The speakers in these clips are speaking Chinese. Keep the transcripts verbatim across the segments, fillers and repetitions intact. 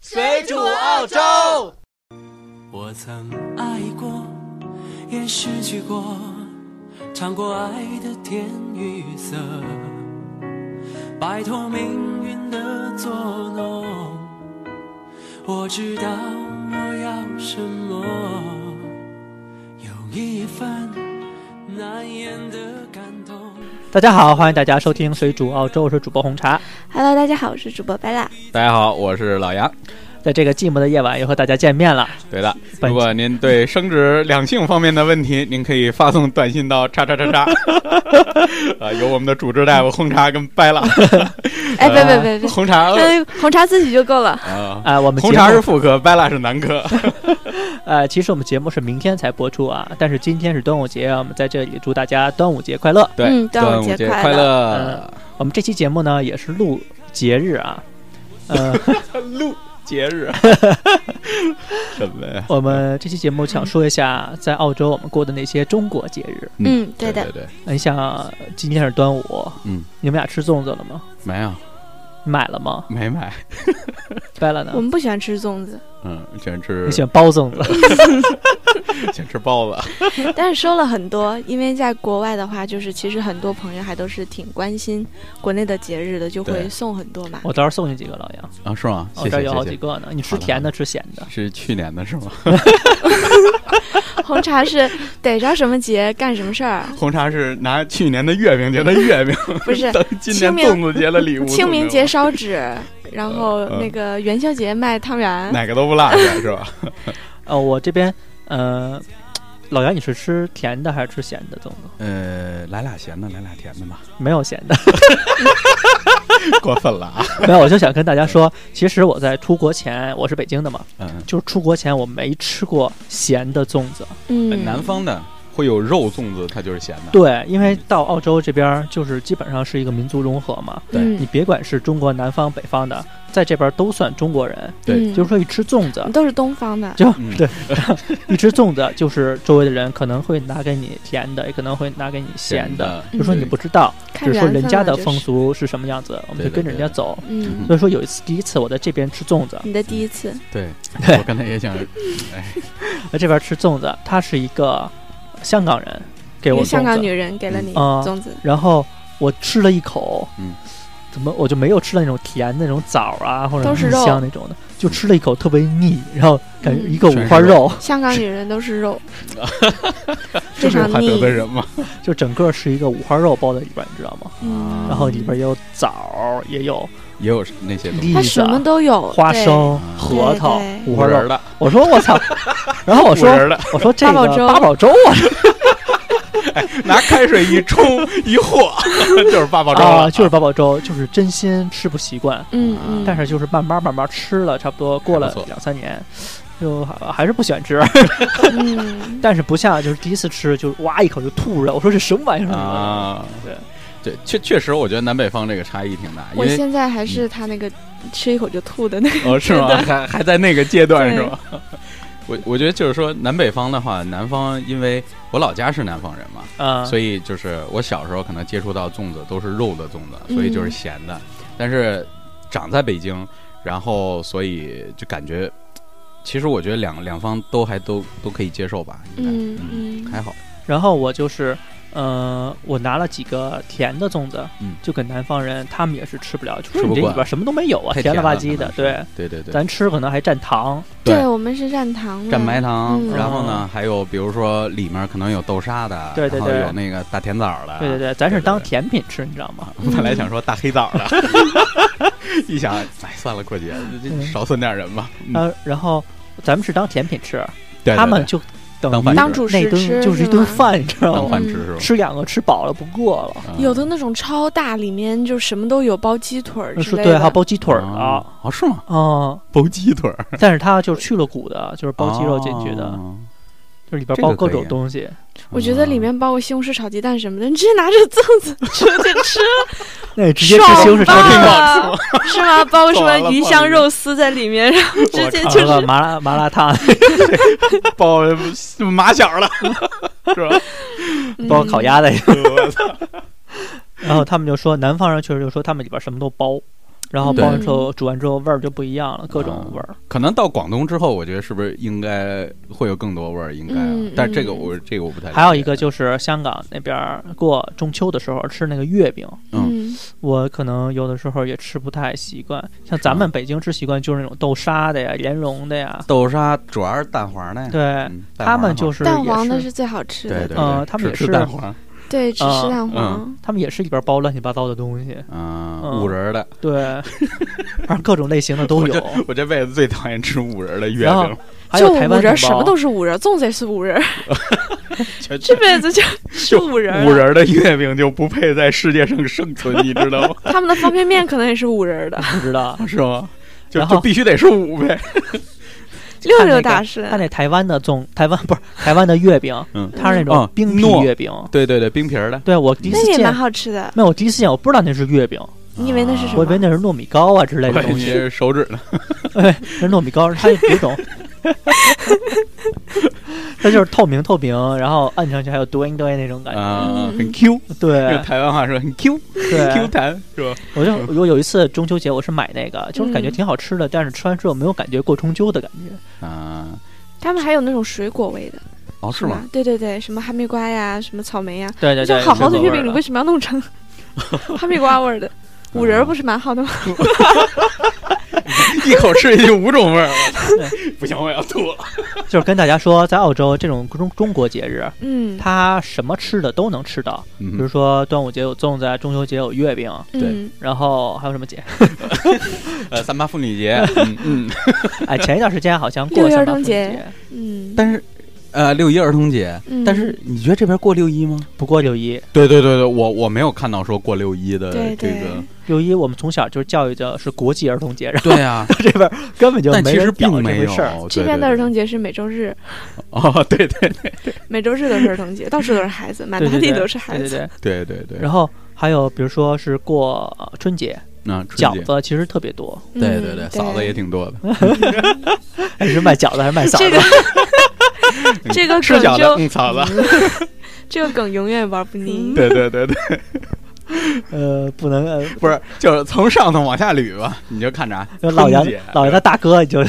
水煮澳洲。 我曾爱过，也失去过，尝过爱的甜与涩，摆脱命运的作弄。我知道我要什么，有一份难言的感动。 大家好，欢迎大家收听水煮澳洲，我是主播红茶。 Hello， 大家好，我是主播白蜡。 大家好，我是老杨。 在这个寂寞的夜晚又和大家见面了。 对的，如果您对生殖两性方面的问题，您可以发送短信到叉叉叉叉，啊，由我们的主治大夫红茶跟掰了。 哎，别别别别， 红茶， 呃，红茶自己就够了。 啊、 呃，我们红茶是妇科，掰了是男科。 呃，其实我们节目是明天才播出啊，但是今天是端午节，我们在这里祝大家端午节快乐。 对， 嗯、端午节快乐。 嗯，我们这期节目呢也是录节日啊，呃， 录。节日什么呀？ 我们这期节目想说一下在澳洲我们过的那些中国节日。 嗯，对的。 对对对， 你想今天是端午， 嗯， 你们俩吃粽子了吗？ 没有。 买了吗？ 没买。 掰了呢？ 我们不喜欢吃粽子。 嗯，喜欢吃。 你喜欢包粽子？ 喜欢吃包子。 但是收了很多，因为在国外的话，就是其实很多朋友还都是挺关心国内的节日的，就会送很多嘛。 我到时候送你几个，老杨。 啊，是吗？ 我这儿有好几个呢。你吃甜的，吃咸的？ 是去年的是吗？ 红茶是逮着什么节干什么事儿。 红茶是拿去年的月饼节的月饼， 不是当今年粽子节的礼物。 清明节烧纸，然后那个元宵节卖汤圆， 哪个都不落下是吧？ 呃，我这边呃，老杨你是吃甜的还是吃咸的粽子？ 呃，来俩咸的，来俩甜的吧。 没有咸的。 过分了啊！ 没有，我就想跟大家说，其实我在出国前，我是北京的嘛， 嗯， 就是出国前我没吃过咸的粽子。 嗯， 南方的会有肉粽子，它就是咸的。 对，因为到澳洲这边就是基本上是一个民族融合嘛。 对， 你别管是中国南方北方的，在这边都算中国人。 对， 嗯、 就是说一吃粽子都是东方的， 就、 嗯、 对，一吃粽子就是周围的人可能会拿给你甜的，也可能会拿给你咸的， 就说你不知道， 嗯、 只说人家的风俗是什么样子，我们就跟着人家走。 嗯， 所以说有一次第一次我在这边吃粽子， 你的第一次， 对， 对我刚才也想，哎， 在这边吃粽子，他是一个香港人。给我香港女人给了你粽子、 嗯，然后我吃了一口， 嗯， 怎么我就没有吃到那种甜的那种枣啊或者都是肉香那种的，就吃了一口特别腻，然后感觉一个五花肉。 嗯、香港女人都是肉， 非常腻。得罪人嘛， 就整个是一个五花肉包在里边，你知道吗？ 嗯， 然后里边也有枣，也有也有那些栗子， 它什么都有， 花生、核桃、五花肉的。 我说我操，然后我说我说这个八宝粥啊。 哎，拿开水一冲一和，就是八宝粥啊，就是八宝粥，就是真心吃不习惯， 嗯嗯， 但是就是慢慢慢慢吃了，差不多过了两三年，就还是不喜欢吃， 嗯， 但是不像就是第一次吃就哇一口就吐了，我说这什么玩意儿啊？ 对对，确确实，我觉得南北方这个差异挺大。 我现在还是他那个吃一口就吐的那个， 哦，是吗？还还在那个阶段是吧？我我觉得就是说南北方的话，南方因为我老家是南方人嘛， 啊、 嗯，所以就是我小时候可能接触到粽子都是肉的粽子，所以就是咸的。嗯、但是长在北京，然后所以就感觉，其实我觉得两两方都还都都可以接受吧，应该嗯嗯还好。 然后我就是。嗯、呃，我拿了几个甜的粽子， 嗯， 就跟南方人，他们也是吃不了，就是你这里边什么都没有啊， 甜了吧唧的，对对对对， 咱吃可能还蘸糖， 对, 对我们是蘸糖的， 蘸白糖， 嗯、 然后呢，还有比如说里面可能有豆沙的， 对对对， 然后有那个大甜枣的， 对对对，咱是当甜品吃，你知道吗？ 我本来想说大黑枣的，一想，哎，算了，过节少损点人吧。 呃，然后咱们是当甜品吃， 对他们就。 当饭当主食吃就是一顿饭，你知道吗？ 当饭吃是吧？ 吃两个吃饱了不过了。 嗯、 有的那种超大，里面就什么都有，包鸡腿儿之类的。 对，还有包鸡腿儿啊？ 哦，是吗？ 啊， 包鸡腿儿。 但是它就是去了骨的，就是包鸡肉进去的， 哦、 就是里边包各种东西。 我觉得里面包个西红柿炒鸡蛋什么的，你直接拿着粽子出去吃， 那直接吃西红柿炒鸡蛋是吗？包个什么鱼香肉丝在里面，然后直接就是麻辣麻辣烫， 包麻小了，是吧？ 包烤鸭的。然后他们就说，南方人确实就说他们里边什么都包。 然后包完之后煮完之后味儿就不一样了，各种味儿、 啊。可能到广东之后，我觉得是不是应该会有更多味儿？应该、啊嗯， 但这个我这个我不太理解。 还有一个就是香港那边过中秋的时候吃那个月饼， 嗯， 我可能有的时候也吃不太习惯。像咱们北京吃习惯就是那种豆沙的呀、莲蓉的呀。 豆沙主要是蛋黄的呀。 对、 嗯， 他们就是蛋黄的是最好吃的。 对对对， 呃，他们也是吃蛋黄。 对，只吃蛋黄、 嗯，他们也是里边包乱七八糟的东西， 嗯， 嗯五仁的， 对，反正各种类型的都有。 我, 这我这辈子最讨厌吃五仁的月饼， 还有台湾五仁，什么都是五仁，粽子也是五仁，这辈子就吃五仁。 五仁的月饼就不配在世界上生存，你知道吗？ 他们的方便面可能也是五仁的， 不知道是吗？就就必须得是五呗。 六六大师， 他那台湾的粽，台湾不是台湾的月饼， 嗯， 它是那种冰皮月饼， 哦、对对对，冰皮的。 对我第一次见， 那也蛮好吃的。 没有，我第一次见，我不知道那是月饼， 你以为那是什么？ 我以为那是糯米糕啊之类的东西， 是手指的。 对，是糯米糕，它有一种，它就是透明透明，然后按上去还有嘟音嘟音那种感觉， 啊，很 Q。 对， 用台湾话说很 Q， 对 ，Q 弹是吧？ 我就我有一次中秋节我是买那个，就是感觉挺好吃的，但是吃完之后没有感觉过中秋的感觉。 啊， 他们还有那种水果味的。 哦，是吗？ 对对对，什么哈密瓜呀，什么草莓呀。 对对对， 好好的月饼，你为什么要弄成哈密瓜味的？五仁不是蛮好的吗？ 一口吃进去五种味儿，不行，我要吐了。 就是跟大家说，在澳洲这种中中国节日， 嗯， 它什么吃的都能吃到， 嗯、 比如说端午节有粽子，中秋节有月饼， 对， 嗯、 然后还有什么节？ 呃，三八妇女节，嗯嗯， 哎，前一段时间好像过儿童节， 嗯， 但是。呃，六一儿童节、 嗯， 但是你觉得这边过六一吗？ 不过六一。 对对对对，我我没有看到说过六一的这个。 六一我们从小就是教育的是国际儿童节，然后对啊， 这边根本就没人但其实并没有事儿。 这边的儿童节是每周日。 哦，对对对对， 每周日都是儿童节，到处都是孩子，满大地都是孩子。 对对对对。 然后还有比如说是过春节。 那、啊、 饺子其实特别多， 对对对，嫂子也挺多的。 还是卖饺子还是卖嫂子？ 这个这个吃饺子，嗯，嫂子， 这个梗永远玩不腻。 对对对对， 呃，不能，呃、 不是，就是从上头往下捋吧，你就看着。 就老杨，老杨的大哥就。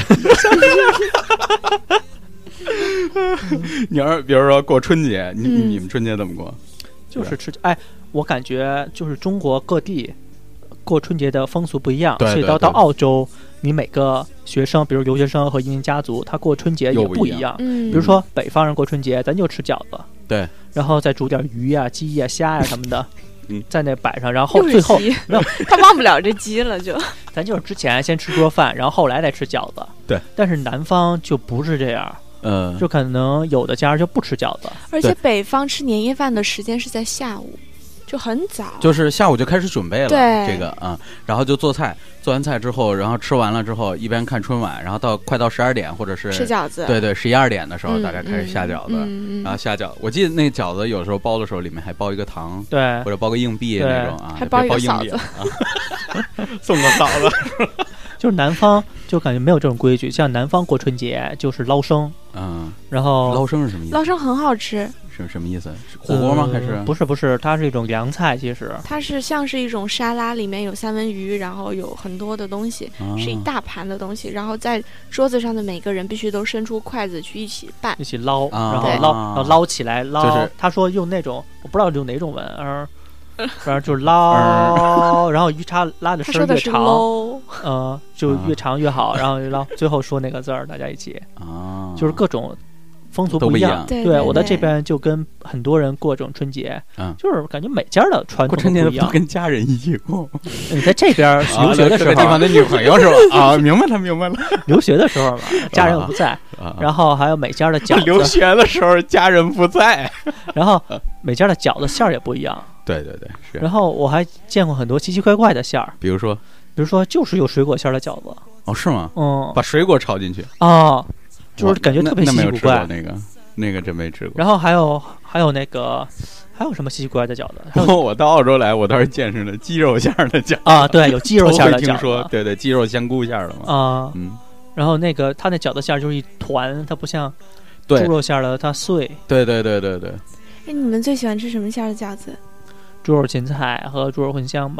你要是比如说过春节，你、嗯、你们春节怎么过？ 就是吃，哎，我感觉就是中国各地。过春节的风俗不一样， 对对对， 所以到到澳洲，你每个学生，比如留学生和移民家族，他过春节也不一样。 嗯， 比如说北方人过春节，咱就吃饺子， 对， 然后再煮点鱼呀、鸡呀、虾呀什么的， 嗯， 在那摆上，然后最后没有， 他忘不了这鸡了就。 咱就是之前先吃桌饭，然后后来再吃饺子。 对， 但是南方就不是这样。 嗯、呃， 就可能有的家就不吃饺子， 而且北方吃年夜饭的时间是在下午。就很早， 就是下午就开始准备了， 对这个啊、嗯，然后就做菜，做完菜之后，然后吃完了之后，一边看春晚，然后到快到十二点或者是吃饺子， 对对，十一二点的时候， 嗯、 大概开始下饺子， 嗯嗯、 然后下饺子。我记得那饺子有时候包的时候，里面还包一个糖， 对， 或者包个硬币那种啊， 还包一个硬币嫂子， 啊、送个嫂子。 就是南方就感觉没有这种规矩，像南方过春节就是捞生， 嗯， 然后捞生是什么意思？ 捞生很好吃。 是什么意思？火锅吗？还是、 呃、不是不是？它是一种凉菜，其实它是像是一种沙拉，里面有三文鱼，然后有很多的东西， 啊、 是一大盘的东西，然后在桌子上的每个人必须都伸出筷子去一起拌， 一起捞， 啊、 然后捞，然后捞起来捞。 就是他说用那种我不知道用哪种文，呃，反正就是捞，然后鱼叉拉的声越长，呃，就越长越好，然后捞，最后说那个字儿，大家一起啊， 就是各种。风俗不一样， 对, 对, 对， 我在这边就跟很多人过这种春节， 嗯， 就是感觉每家的传统过春节不一样， 都跟家人一起过。 你在这边留学的时候， 啊、地方的女朋友是吧？啊，明白了，明白了。 留学的时候嘛，家人又不在， 啊、 然后还有每家的饺子。 留学的时候家人不在， 然后每家的饺子馅儿也不一样。 对对对，是。 然后我还见过很多奇奇怪怪的馅儿， 比如说， 比如说就是有水果馅儿的饺子。 哦，是吗？ 嗯， 把水果炒进去。 哦，就是感觉特别稀奇古怪。 那个。那个真没吃过， 然后还有还有那个还有什么奇奇怪怪的饺子？ 然后我到澳洲来，我倒是见识了鸡肉馅的饺子啊，对，有鸡肉馅的饺子。 听说，对对，鸡肉香菇馅的嘛。 啊， 嗯。 然后那个它那饺子馅就是一团，它不像猪肉馅的，它碎。 对对对对对。 哎，你们最喜欢吃什么馅的饺子？ 猪肉芹菜和猪肉茴香吧。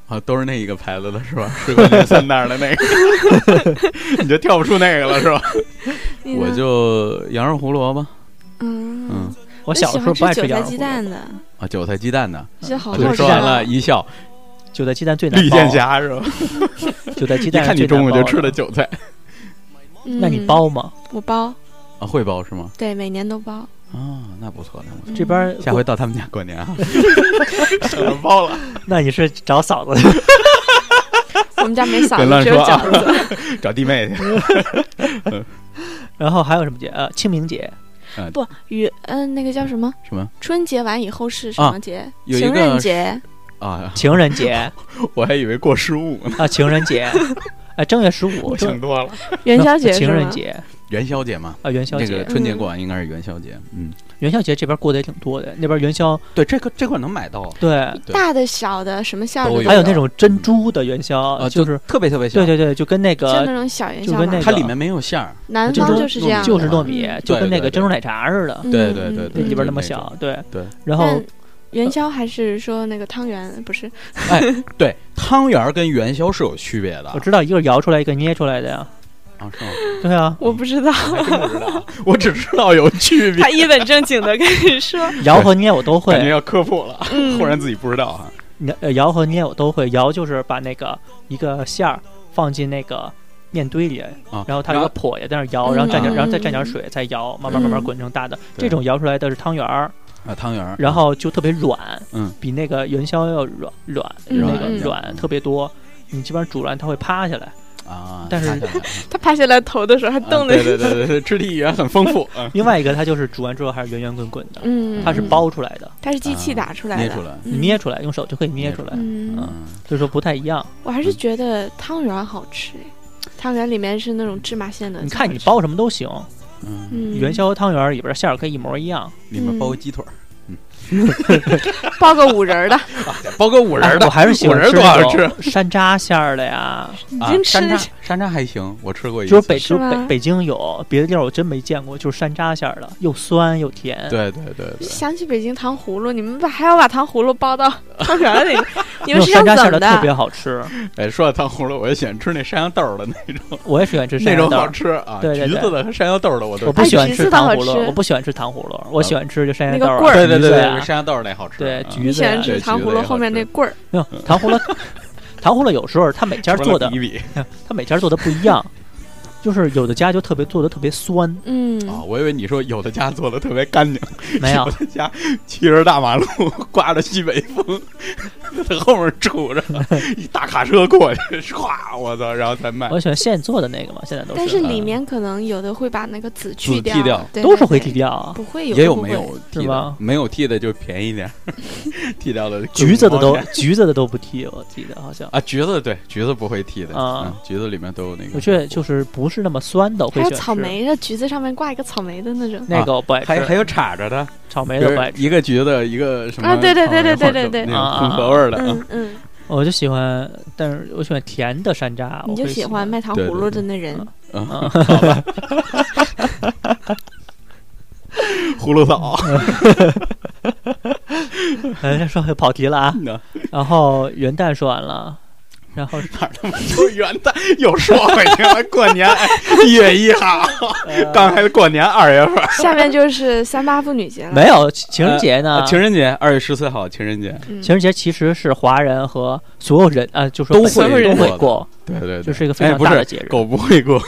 啊，都是那一个牌子的是吧？十块钱三袋的那个，你就跳不出那个了是吧？我就羊肉胡萝卜。 嗯嗯， 我小时候不爱吃韭菜鸡蛋的啊，韭菜鸡蛋的， 这好好吃完了一笑， 韭菜鸡蛋最难包。 绿箭侠是吧？ 韭菜鸡蛋， 看你中午就吃的韭菜。 那你包吗？ 我包啊，会包是吗？ 对，每年都包。 哦，那不错，那不错。 这边下回到他们家过年啊，省了包了。 那你是找嫂子？ 我们家没嫂子，只有饺子。 啊、找弟妹去。 然后还有什么节？呃，清明节。 嗯、 不，与嗯、呃、那个叫什么？ 什么？ 春节完以后是什么节？ 啊、 情人节。 啊， 情人节。 我还以为过十五呢。 啊，情人节。哎，正月十五， 想多了。 元宵节是吗？ 情人节。 元宵节嘛， 啊，元宵节， 这个春节过完应该是元宵节，嗯， 元宵节这边过得也挺多的，那边元宵， 对，这个这块能买到， 对， 大的小的什么馅的， 还有那种珍珠的元宵， 啊， 就是特别特别小， 对对对，就跟那个就那种小元宵， 就跟那个它里面没有馅儿， 南方就是这样， 就是糯米，就跟那个珍珠奶茶似的， 对对对对， 里边那么小，对对， 然后。 元宵还是说那个汤圆不是？ 哎，对，汤圆跟元宵是有区别的。 我知道，一个摇出来，一个捏出来的呀。 啊，是吗？ 对啊， 我不知道， 我真不知道，我只知道有区别。 他一本正经的跟你说， 摇和捏我都会， 感觉要科普了， 嗯、 忽然自己不知道啊。 摇和捏我都会，摇就是把那个一个馅儿放进那个面堆里， 啊、 然后它有个笸也在那摇，然后蘸点，然后再蘸点水，再摇，慢慢慢慢滚成大的。这种摇出来的是汤圆儿。 啊，汤圆， 然后就特别软， 嗯， 比那个元宵要软软， 嗯、 那个软特别多。你基本上煮完它会趴下来啊， 但是它趴下来头的时候还动的、 啊，对对对对，肢体语言很丰富。 另外一个它就是煮完之后还是圆圆滚滚的， 嗯， 它是包出来的， 它是机器打出来的， 捏出来， 你捏出来，用手就可以捏出来， 嗯， 所以说不太一样。 我还是觉得汤圆好吃，汤圆里面是那种芝麻馅的， 你看你包什么都行， 嗯， 元宵汤圆里边馅儿可以一模一样， 里面包个鸡腿儿。 包个五仁的， 包个五仁的， 我还是喜欢吃多好吃， 山楂馅儿的呀。 啊，山楂山楂还行，我吃过一次。 就是北就是北北京有，别的地儿我真没见过，就是山楂馅儿的，又酸又甜。 对对对对。 想起北京糖葫芦，你们把还要把糖葫芦包到汤圆里，你们是山楂馅儿的特别好吃。 哎，说到糖葫芦，我就喜欢吃那山药豆的那种。 我也喜欢吃山药豆，那种好吃啊。 对对对， 橘子的和山药豆的我都。 我不喜欢吃糖葫芦，我不喜欢吃糖葫芦，我喜欢吃就山药豆。 对对对对，山药豆那好吃。 对，橘子。 你喜欢吃糖葫芦后面那棍儿？ 没有糖葫芦，糖葫芦有时候他每家做的，他每家做的不一样。就是有的家就特别做的特别酸， 嗯啊，我以为你说有的家做的特别干净， 没有， 有的家骑着大马路刮着西北风，在后面杵着一大卡车过去，唰，我操，然后再卖。 我喜欢现做的那个嘛，现在都是。 但是里面可能有的会把那个籽去掉， 掉， 都是会剃掉啊， 不会有， 也有没有剃的， 没有剃的就便宜点，剃掉的橘子的都橘子的都不剃，我记得好像啊，橘子对橘子不会剃的啊、 嗯，橘子里面都有那个， 我觉得就是不是那么酸的。 还有草莓的，橘子上面挂一个草莓的那种， 那个我不爱吃。 还还有插着的草莓的不爱吃， 一个橘子，一个什么啊？对对对对对对对， 混合味的。 嗯嗯， 我就喜欢，但是我喜欢甜的山楂。 你就喜欢卖糖葫芦的那人。 嗯，好吧。葫芦嫂。 哎，说跑题了啊。然后元旦说完了。然后哪儿他妈都元旦又说回去了，过年一月一号，刚才过年二月份， 下面就是三八妇女节了。 没有情人节呢？ 呃、情人节二月十四号，情人节。 嗯、 情人节其实是华人和所有人啊、呃，就说都会都会过， 对对对， 这是一个非常大的节日。 哎、狗不会过，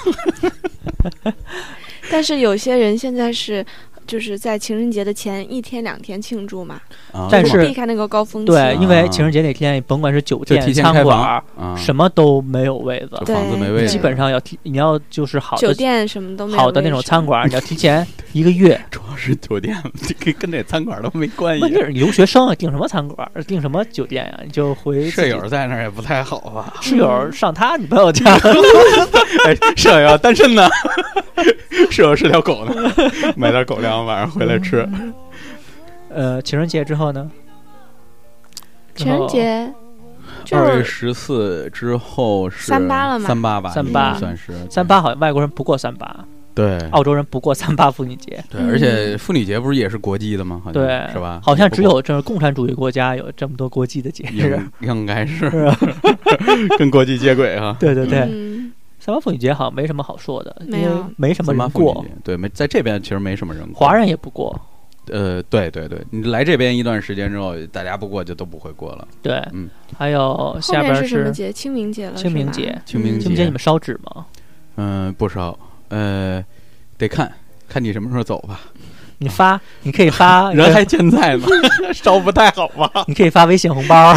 但是有些人现在是。就是在情人节的前一天两天庆祝嘛， 啊、 但是避开那个高峰期。 对，因为情人节那天，甭管是酒店、餐馆、 啊， 什么都没有位子， 房子没位子， 基本上要提，你要就是好的酒店什么都没有， 好的那种餐馆，你要提前一个月。 主要是酒店，跟跟这餐馆都没关系。 问题是留学生啊，订什么餐馆，订什么酒店呀、啊？你就回舍友在那儿也不太好吧？ 室友上他女朋友家， 哎，舍友单身呢，舍友是条狗呢，买点狗粮，晚上回来吃。 呃，情人节之后呢？ 情人节二月十四之后是三八了嘛？ 三八吧， 三八算是三八，好像外国人不过三八。 对， 澳洲人不过三八妇女节。 对，而且妇女节不是也是国际的吗？好像对， 是吧？ 好像只有这共产主义国家有这么多国际的节日， 应该是跟国际接轨哈。 对对对。 嗯， 三八妇女节好像没什么好说的， 没有， 没什么人过。 对，没在这边其实没什么人过， 华人也不过。 呃，对对对，你来这边一段时间之后，大家不过就都不会过了。 对， 嗯， 还有下边是什么节？清明节了。 清明节， 清明节， 清明节你们烧纸吗？ 嗯，不烧，呃，得看看你什么时候走吧。 你发，你可以发， 人还健在呢，烧不太好吧？ 你可以发微信红包。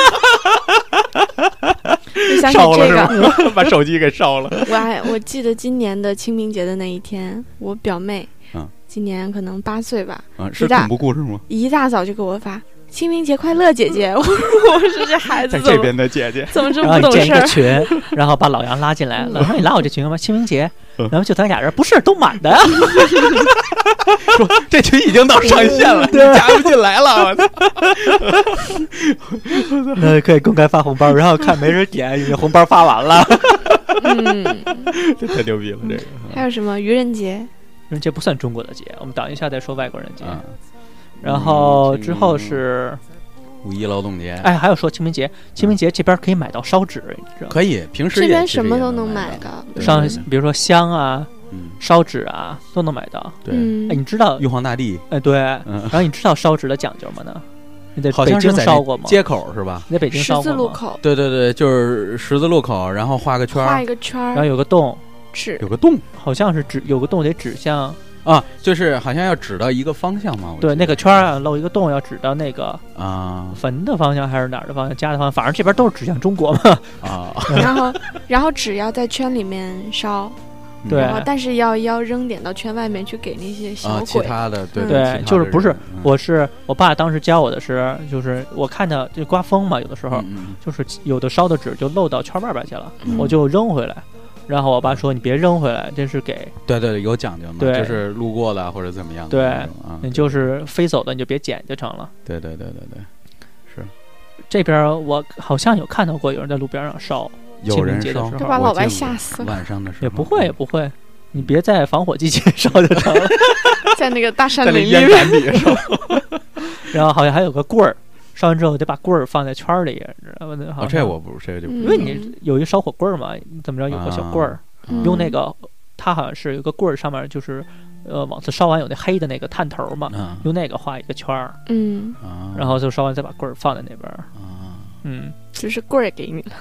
烧了是吧？把手机给烧了。 我还我记得今年的清明节的那一天，我表妹， 嗯， 今年可能八岁吧， 啊，是恐怖故事吗？ 一大早就给我发清明节快乐，姐姐。我说我是这孩子， 在这边的姐姐， 怎么这么不懂事儿？ 然后你建一个群，然后把老杨拉进来。老杨，你拉我这群干嘛？清明节，然后就咱俩人，不是都满的。 说这群已经到上限了，加不进来了。 那可以公开发红包，然后看没人点，你红包发完了。 嗯， 这太牛逼了，这个。 还有什么愚人节？ 愚人节不算中国的节，我们等一下再说外国人节。 啊、 然后之后是五一劳动节。 哎，还有说清明节，清明节这边可以买到烧纸，你知道吗？ 可以，平时这边什么都能买到， 上比如说香啊。 嗯， 烧纸啊都能买到。 对， 哎，你知道玉皇大帝？ 哎，对。嗯、然后你知道烧纸的讲究吗？呢？你在北京烧过吗？ 街口是吧？ 你在北京烧过吗？ 十字路口。 对对对，就是十字路口，然后画个圈， 画一个圈， 然后有个洞， 指有个洞， 好像是指有个洞得指向啊，就是好像要指到一个方向嘛。 对，那个圈啊露一个洞，要指到那个啊坟的方向还是哪儿的方向？家的方向，反正这边都是指向中国嘛。 啊， 然后然后纸要在圈里面烧。 对， 但是要要扔点到圈外面去给那些小鬼。 啊、其他的对对， 对就是不是，我是我爸当时教我的是，就是我看到就刮风嘛，有的时候、 嗯、 就是有的烧的纸就漏到圈外边去了， 嗯、 我就扔回来。然后我爸说：“你别扔回来，这是给对对有讲究嘛， 对， 就是路过的或者怎么样的。 对， 啊、 你就是飞走的你就别捡就成了。 对对对对对，是。 这边我好像有看到过有人在路边上烧， 有人烧， 都把老外吓死了。 晚上的时候也不会也不会。”你别在防火机前烧就成了， 在那个大山林里烟杆底下烧。 然后好像还有个棍儿，烧完之后得把棍儿放在圈里，知道吗？ 哦，这我不，这个就不。 因为你有一烧火棍儿嘛，你怎么着有个小棍儿， 啊、 用那个，它好像是有个棍儿上面就是，呃，往次烧完有那黑的那个探头嘛， 啊、 用那个画一个圈儿， 嗯， 啊、 然后就烧完再把棍儿放在那边， 啊， 嗯， 只是棍儿给你了。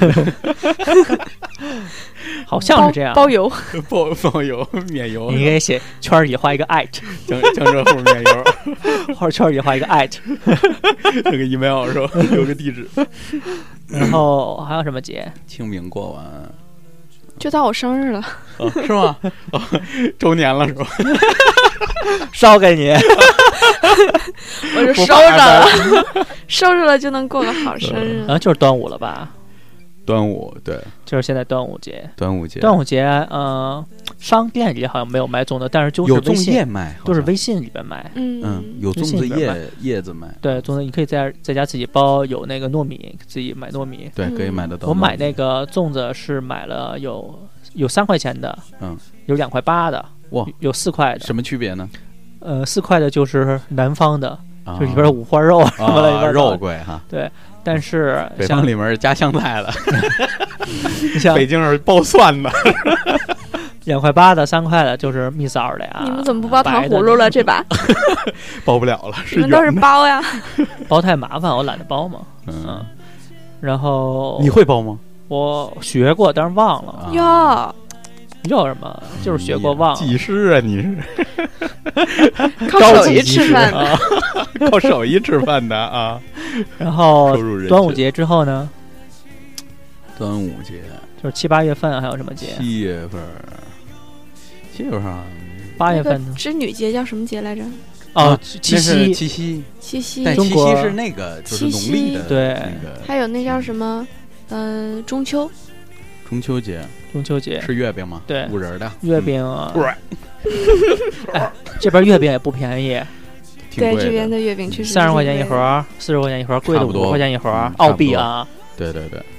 好像是这样， 包邮， 包包邮免邮。 你可以写圈里画一个 at， 江江浙沪免邮， 或者圈里画一个 at， 那个 email 是吧？有个地址。 然后还有什么节？ 清明过完， 就到我生日了， 哦、是吗？哦，周年了是吧？ 烧给你， 我就收着了，收着了就能过个好生日。 然后就是端午了吧？ 端午对， 就是现在端午节。 端午节， 端午节，嗯、呃，商店里好像没有卖粽子，但是就是有粽叶卖， 都是微信里边卖。 嗯嗯，有粽子叶叶子卖。 对，粽子你可以在在家自己包，有那个糯米，自己买糯米。 对，可以买得到。 我买那个粽子是买了有有三块钱的， 嗯， 有两块八的， 哇， 有四块的。 什么区别呢？ 呃，四块的就是南方的， 啊、 就里边五花肉什么的， 啊、肉贵哈。 对。但是北方里面加香菜的， 你像北京是爆蒜的， 两块八的、三块的，就是蜜枣的呀。 你们怎么不包糖葫芦了？这把包不了了， 你们都是包呀， 包太麻烦，我懒得包嘛。 嗯， 嗯然后你会包吗？ 我学过，但是忘了。 哟、 啊，有什么？就是学过忘了。 技师啊，你是靠手艺吃饭的， 啊、靠手艺吃饭的啊。 然后端午节之后呢？ 端午节就是七八月份，还有什么节？ 七月份，七月份， 八月份呢？ 织女节叫什么节来着？ 哦，七夕， 七夕， 七夕。 但七夕是那个，就是农历的， 对。 那个还有那叫什么？呃，中秋。 中秋节， 中秋节吃月饼吗？ 对， 五仁的月饼啊。 嗯、 哎，这边月饼也不便宜。 对，这边的月饼确实三十块钱一盒，四十块钱一盒，贵的五十块钱一盒，澳币啊。 对对对。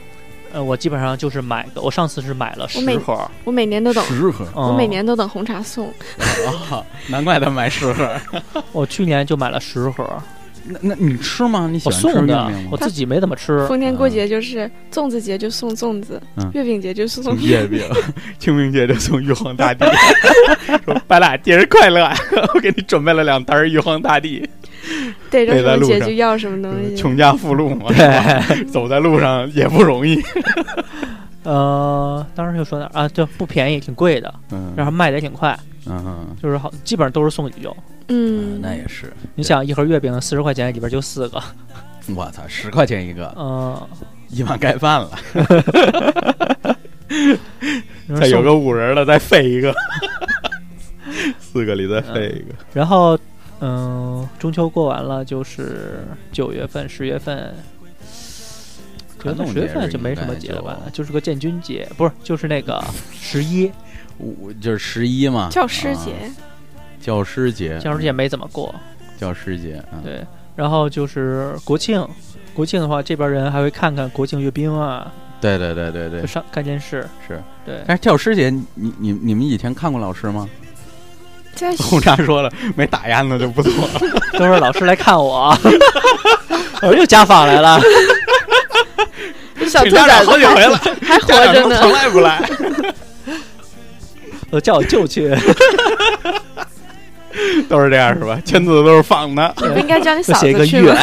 呃，我基本上就是买个，我上次是买了十盒， 我, 我每年都等十盒、 嗯， 我每年都等红茶送。 哦、难怪他买十盒。 我去年就买了十盒。 那那你吃吗？你喜欢吃月饼吗？ 我自己没怎么吃。 逢年过节就是粽子节就送粽子， 嗯、 月饼节就送月饼，清明节就送玉皇大帝。说咱俩节日快乐，我给你准备了两坛玉皇大帝。 逮着什么节就要什么东西， 穷家富路嘛，对，走在路上也不容易。 呃，当时就说哪啊，就不便宜，挺贵的，嗯，然后卖的也挺快， 嗯， 就是好，基本上都是送礼用。 嗯， 那也是。 你想一盒月饼四十块钱，里边就四个， 我操，十块钱一个， 嗯， 一碗盖饭了。再有个五人的，再费一个，四个里再费一个。 嗯、然后，嗯，中秋过完了，就是九月份、十月份。九月份、十月份就没什么节了吧？就是个建军节，不是，就是那个十一， 五就是十一嘛， 教师节。 啊教师节， 教师节没怎么过。 教师节，嗯、 对，然后就是国庆，国庆的话，这边人还会看看国庆阅兵啊。 对对对对对， 就上看电视是。 对， 但是教师节，你你你们以前看过老师吗？ 在红茶说了，没打压的就不错了， 都是老师来看我，我又家访来了。 小兔崽子好几回了， 还活着呢， 从来不来。 都叫我舅去。 都是这样是吧？签字都是仿的。 你不应该叫你嫂子去吗？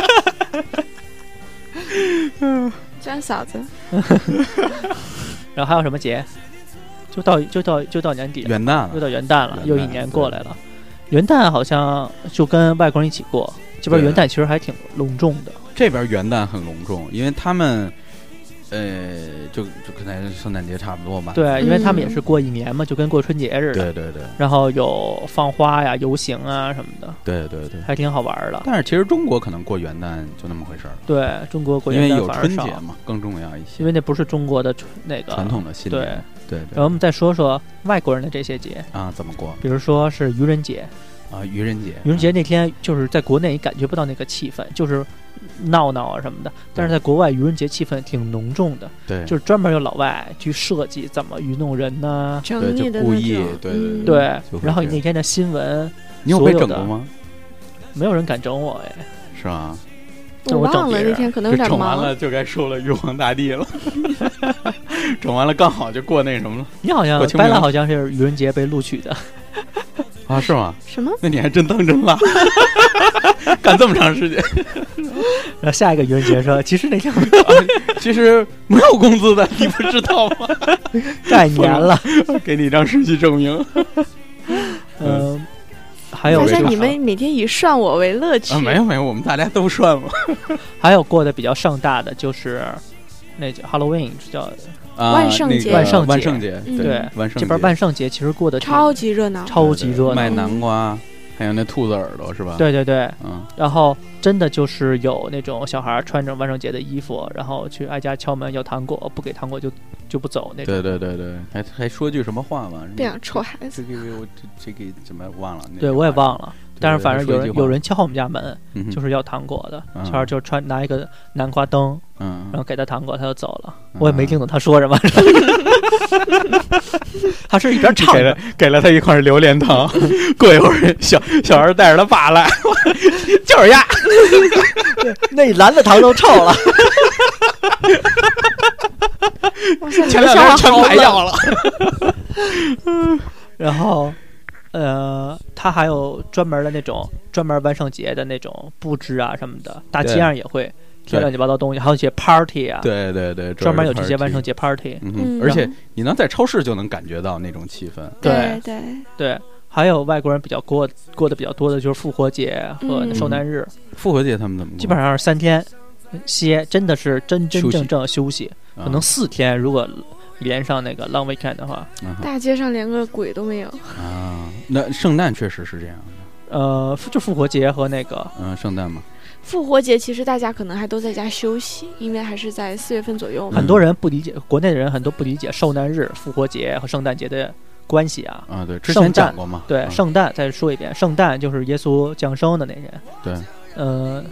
叫你嫂子。 然后还有什么节？就到就到就到年底了， 元旦了， 又到元旦了，又一年过来了。元旦好像就跟外国人一起过，这边元旦其实还挺隆重的。 这边元旦很隆重，因为他们。呃，就就跟咱圣诞节差不多吧。 对，因为他们也是过一年嘛，就跟过春节似的。 对对对。 然后有放花呀、游行啊什么的。 对对对， 还挺好玩的。 但是其实中国可能过元旦就那么回事儿。 对中国过元旦因为有春节嘛，更重要一些。 因为那不是中国的那个传统的新年。对对。 然后我们再说说外国人的这些节啊，怎么过？ 比如说是愚人节啊，愚人节。 愚人节那天就是在国内你感觉不到那个气氛，就是闹闹啊什么的，但是在国外愚人节气氛挺浓重的。 对， 就是专门有老外去设计怎么愚弄人呢， 对， 就故意，对对对。然后那天的新闻， 你有被整过吗？ 没有人敢整我哎， 是吗？ 我忘了那天可能有点忙。 整完了就该收了玉皇大帝了，整完了刚好就过那什么了。 你好像白拉好像是愚人节被录取的。 啊，是吗？ 什么？ 那你还真当真了，干这么长时间。 然后下一个愚人节说，其实那天、啊、 其实没有工资的，你不知道吗？ 干一年了， 给你一张实习证明。 嗯、呃，还有发现你们每天以涮我为乐趣、 啊。没有没有，我们大家都涮嘛。 还有过得比较盛大的就是那叫 Halloween， 叫。 啊、 万圣节， 万圣节， 万圣节， 对， 对万圣节这边万圣节其实过得超级热闹， 超级热闹， 卖南瓜，还有那兔子耳朵是吧？ 对对对， 嗯， 然后真的就是有那种小孩穿着万圣节的衣服，然后去挨家敲门要糖果，不给糖果就就不走那种。 对对对对，还还说句什么话嘛？ 这样臭孩子， 这个我这这个怎么忘了？ 对我也忘了。但是反正有人有人敲我们家门， 嗯、 就是要糖果的， 嗯、 小孩就穿拿一个南瓜灯， 嗯， 然后给他糖果，他就走了。嗯、我也没听懂他说什么，他是一边唱给了给了他一块榴莲糖，过一会儿小小孩带着他爸来，就是呀， 那篮子糖都臭了， 前两天全排掉了， 然后。呃，他还有专门的那种专门万圣节的那种布置啊什么的，大街上也会贴乱七八糟东西，还有一些 party 啊， 对对对， 专门有这些万圣节 party， 嗯嗯、而且你能在超市就能感觉到那种气氛。 对对对，还有外国人比较过过得比较多的就是复活节和圣诞日。 嗯、复活节他们怎么过？ 基本上是三天歇，真的是真真正正休息， 可能四天如果。连上那个 long weekend 的话、 嗯， 大街上连个鬼都没有啊。那圣诞确实是这样的，呃，就复活节和那个， 嗯，圣诞嘛。 复活节其实大家可能还都在家休息，因为还是在四月份左右嘛。 很多人不理解，国内的人很多不理解受难日、复活节和圣诞节的关系啊。 啊，对，之前讲过嘛。 对， 嗯、 圣诞再说一遍，圣诞就是耶稣降生的那天。 对， 呃。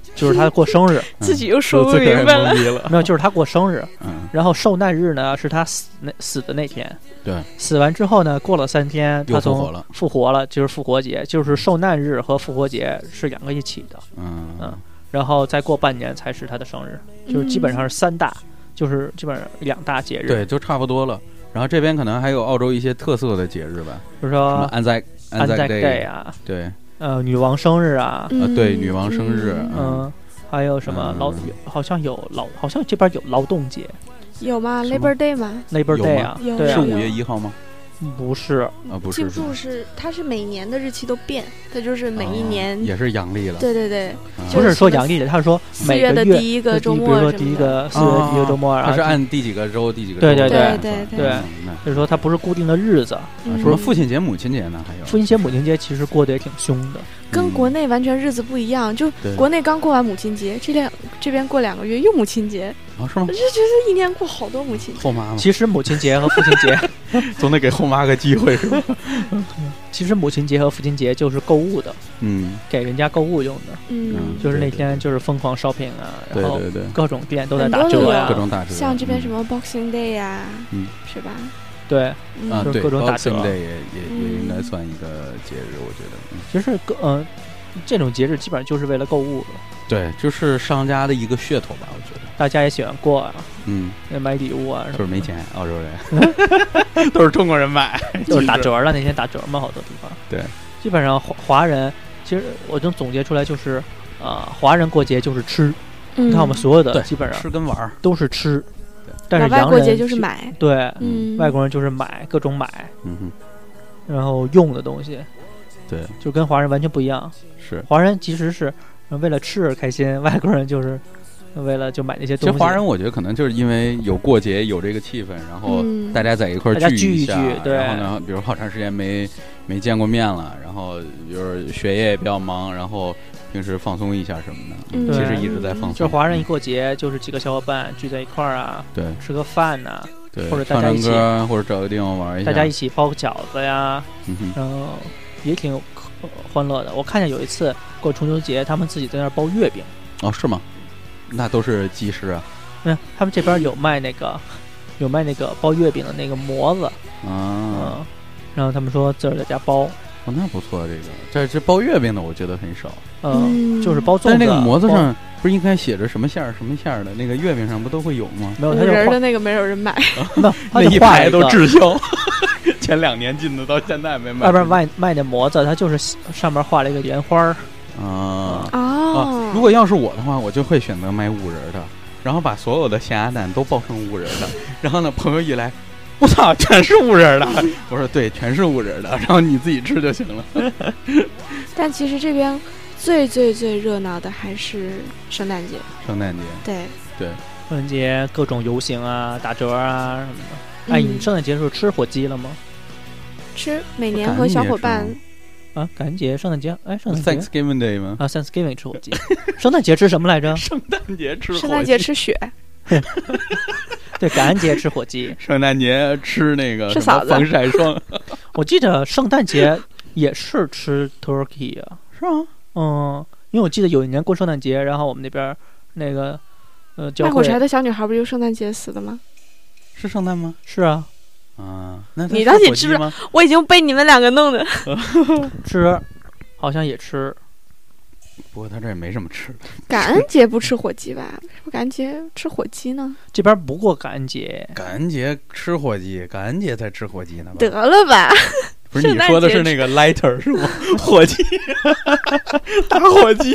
就是他过生日， 自己又说不明白了。 没有，就是他过生日， 嗯， 然后受难日呢是他死那死的那天。 对， 死完之后呢，过了三天，他从复活了， 复活了，就是复活节，就是受难日和复活节是两个一起的。 嗯嗯，然后再过半年才是他的生日，就是基本上是三大，就是基本上两大节日。 对，就差不多了。然后这边可能还有澳洲一些特色的节日吧， 比如说安在安在 Day 啊， 对， 呃，女王生日啊， 呃，对，女王生日， 嗯，还有什么劳，好像有劳，好像这边有劳动节， 有吗 ？Labor Day 吗 ？Labor Day 啊，对， 是五月一号吗？ 不是啊，不是， 记不住是它是每年的日期都变，它就是每一年也是阳历了。 对对对， 不是说阳历的，他是说四月的第一个周末， 比如说第一个四月第一个周末啊， 它是按第几个周第几个周。 对对对对对，就是说它不是固定的日子。 什么父亲节、母亲节呢？还有父亲节、母亲节其实过得也挺凶的， 跟国内完全日子不一样。就国内刚过完母亲节，这两这边过两个月又母亲节。 啊，是吗？ 我就觉得一年过好多母亲节。 后妈嘛， 其实母亲节和父亲节总得给后妈个机会，是吧？ 其实母亲节和父亲节就是购物的， 嗯， 给人家购物用的， 嗯， 就是那天就是疯狂 shopping 啊， 然后对对对， 各种店都在打折呀， 各种打折， 像这边什么 Boxing Day 呀， 嗯， 是吧？ 对， 啊，对， 各种打折 ，Boxing Day 也也也应该算一个节日，我觉得。 其实各嗯，这种节日基本上就是为了购物的。 对，就是商家的一个噱头吧，我觉得。 大家也喜欢过啊， 嗯， 买礼物啊， 就是没钱，澳洲人都是中国人买， 就是打折了。那天打折嘛，好多地方。 对， 基本上华华人，其实我就总结出来就是，啊、呃，华人过节就是吃。 嗯、 你看我们所有的对基本上吃跟玩都是吃，但是洋人过节就是买， 对， 嗯， 外国人就是买各种买， 嗯哼， 然后用的东西， 对， 就跟华人完全不一样。 是， 华人其实是为了吃而开心，外国人就是为了就买那些东西。 其实华人我觉得可能就是因为有过节，有这个气氛，然后大家在一块儿聚一下， 聚对。 然后呢，比如好长时间没没见过面了，然后就是学业也比较忙，然后平时放松一下什么的。 嗯， 其实一直在放松。 就是华人一过节，就是几个小伙伴聚在一块儿啊， 对， 吃个饭呐、啊， 对， 或者大家一起， 或者找个地方玩一下， 大家一起包个饺子呀， 嗯哼， 然后也挺欢乐的。我看见有一次过中秋节，他们自己在那儿包月饼。 哦，是吗？那都是技师啊。 嗯，他们这边有卖那个，有卖那个包月饼的那个模子啊、 嗯，然后他们说自个儿在家包。 哦，那不错，这个这这包月饼的我觉得很少。 嗯，就是包粽子。 但是那个模子上不是应该写着什么馅儿什么馅儿的？那个月饼上不都会有吗？ 没有， 五仁的那个没有人买， 那那一排都滞销。前两年进的，到现在没卖。 外边卖卖那模子，它就是上面画了一个莲花儿。 啊哦、 啊！如果要是我的话，我就会选择买五仁的，然后把所有的咸鸭蛋都包成五仁的。然后呢，朋友一来，我操，全是五仁的！我说对，全是五仁的，然后你自己吃就行了。 但其实这边最最最热闹的还是圣诞节。 圣诞节， 对对， 圣诞节各种游行啊、打折啊什么的。哎， 嗯、 你圣诞节时候吃火鸡了吗？ 吃，每年和小伙伴。 啊，感恩节、圣诞节，哎，圣诞节 Thanksgiving Day 吗？ 啊 ，Thanksgiving 吃火鸡。圣诞节吃什么来着？ 圣诞节吃火鸡。 圣诞节吃雪。 对，感恩节吃火鸡。 圣诞节吃那个吃嫂子防晒霜。 我记得圣诞节也是吃 turkey 啊， 是吗？ 嗯，因为我记得有一年过圣诞节，然后我们那边那个呃， 卖火柴的小女孩不是就圣诞节死的吗？ 是圣诞吗？ 是啊。 啊，那你到底知不知道？我已经被你们两个弄的。 吃，好像也吃。 不过他这也没什么吃的。 感恩节不吃火鸡吧？为什么感恩节吃火鸡呢？ 这边不过感恩节。 感恩节吃火鸡，感恩节才吃火鸡呢。 得了吧！ 不是你说的是那个 lighter 是吗？火鸡，打火机。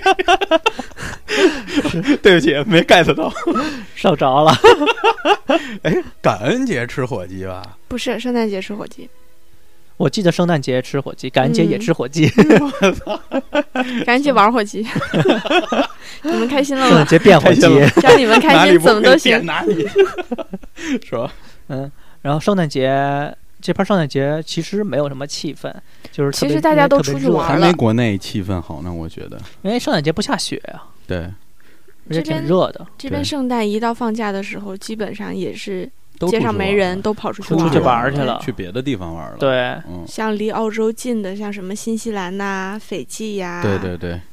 对不起，没 get 到， 烧着了。 哎，感恩节吃火鸡吧？ 不是，圣诞节吃火鸡。 我记得圣诞节吃火鸡，感恩节也吃火鸡。 我操！ 感恩节玩火鸡，你们开心了吗？ 圣诞节变火鸡， 只要你们开心，怎么都行。 哪里？是吧？ 嗯，然后圣诞节。这边圣诞节其实没有什么气氛，就是其实大家都出去玩了，还没国内气氛好呢，我觉得。 因为圣诞节不下雪啊， 对， 而且挺热的。 这边圣诞一到放假的时候，基本上也是街上没人，都跑出去出去玩去了， 去别的地方玩了。 对， 嗯， 像离澳洲近的，像什么新西兰呐、斐济呀， 对对对，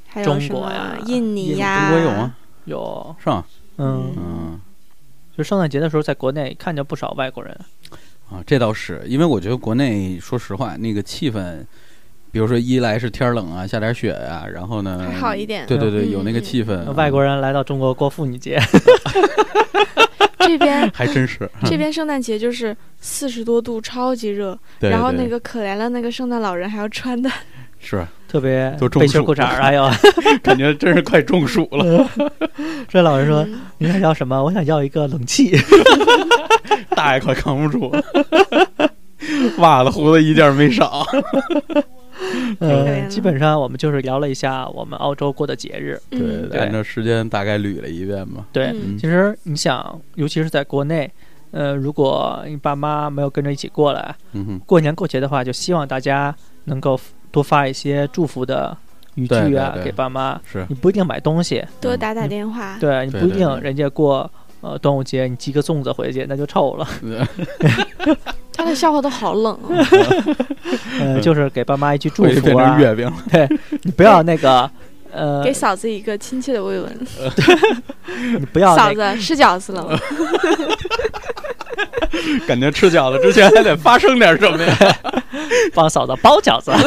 还有什么印尼呀？ 中国有吗？ 有是吗？ 嗯嗯，就圣诞节的时候，在国内看见不少外国人啊，这倒是，因为我觉得国内说实话，那个气氛，比如说一来是天冷啊，下点雪呀、啊，然后呢还好一点， 对对对，嗯、有那个气氛、 嗯。外国人来到中国过妇女节， 这边还真是， 这边圣诞节就是四十多度，超级热， 对对然后那个可怜的那个圣诞老人还要穿的。 是特别都中背心裤衩还有感觉真是快中暑了。 这老人说：“你想要什么？我想要一个冷气。” 大爷快扛不住，袜子胡子一件没少。 呃，基本上我们就是聊了一下我们澳洲过的节日， 对对对，按照时间大概捋了一遍吧。 对， 嗯、 其实你想，尤其是在国内。呃，如果你爸妈没有跟着一起过来， 嗯、 过年过节的话，就希望大家能够多发一些祝福的语句啊， 对对对给爸妈。 是你不一定买东西， 多打打电话。 嗯、对你不一定人家过呃端午节，你寄个粽子回去那就臭了。 他的笑话都好冷啊。 呃，就是给爸妈一句祝福啊。 变成月饼了。 对，你不要那个。呃， 给嫂子一个亲切的慰问。 你不要、 那个、嫂子吃饺子了吗？ 感觉吃饺子之前还得发生点什么呀？ 帮嫂子包饺子。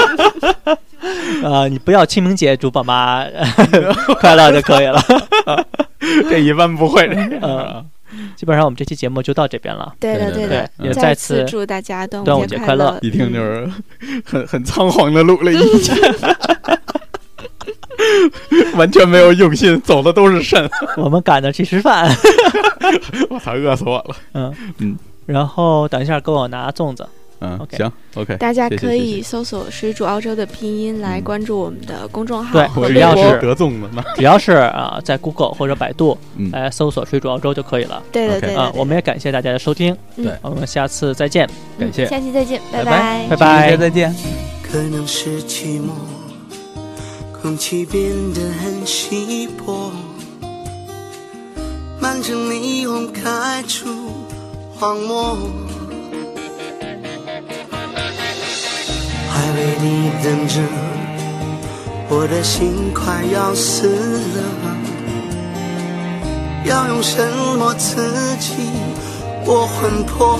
呃，你不要清明节祝爸妈快乐就可以了。 这一般不会。 呃，基本上我们这期节目就到这边了。 对的，对的， 也再次祝大家端午节快乐。 一听就是很很仓皇的录了一集。完全没有用心，走的都是肾。 我们赶着去吃饭。 我操，饿死我了。 嗯嗯，然后等一下给我拿粽子。 嗯， okay 行 ，OK。 大家可以搜索“水煮澳洲”的拼音来关注我们的公众号。 对， 只要是得粽子呢， 只要是啊、呃，在 Google 或者百度来、 呃、 搜索“水煮澳洲”就可以了。 对的，对的。 啊，我们也感谢大家的收听。 对， 我们下次再见。 感谢， 下期再见，拜拜，拜拜，再见。 可能是寂寞。空气变得很稀薄，满城霓虹开出荒漠，还为你等着，我的心快要死了，要用什么刺激我魂魄？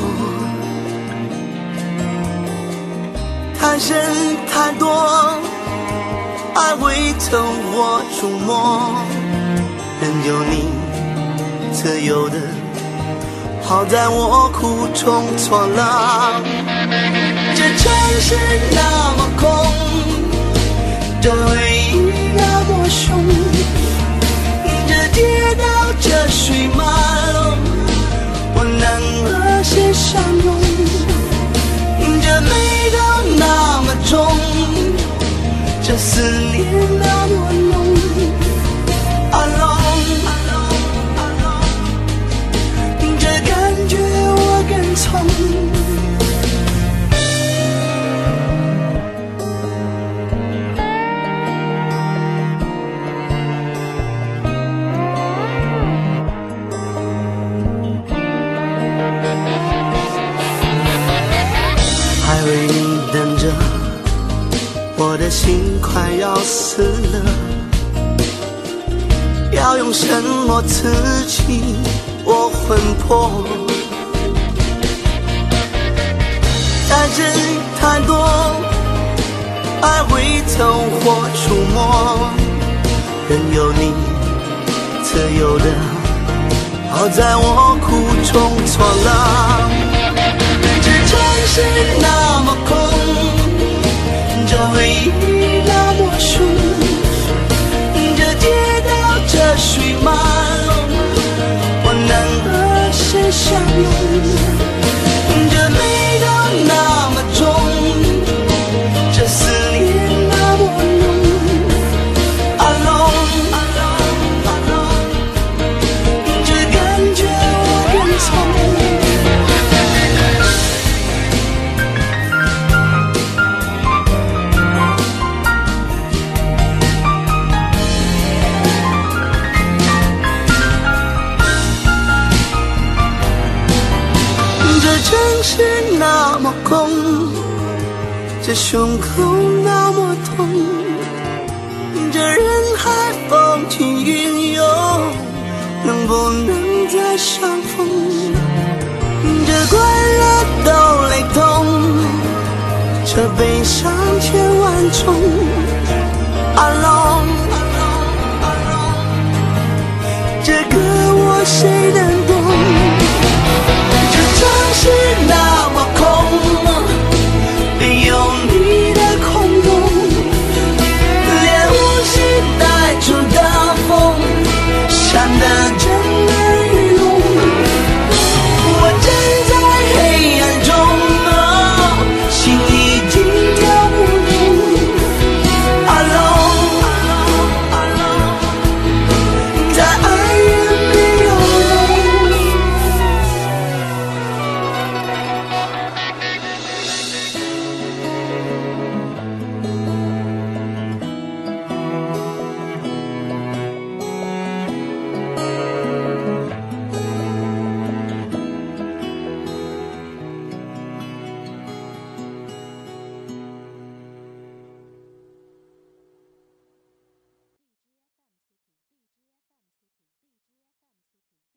太深太多，爱会透我触摸，任由你自由的，好在我苦中作乐。这城市那么空，这回忆那么凶，这街道这水马龙，我能和谁相拥？这美都那么重，这思念那么浓 Alone, alone, alone 这感觉我跟从还为你等着，我的心快要死了，要用什么刺激我魂魄？太真太多，爱会透或触摸，任由你自由的，好在我苦中作乐。这城市那么空，这回忆那么凶，这街道这水马龙，我能和谁相拥？这美都那么重，这思念那么浓 Alone, alone, alone 这感觉我跟从城市那么空，这胸口那么痛，这着人海风起云涌，能不能再相逢？这快乐都雷同，这悲伤千万重。Alone， 这个我谁能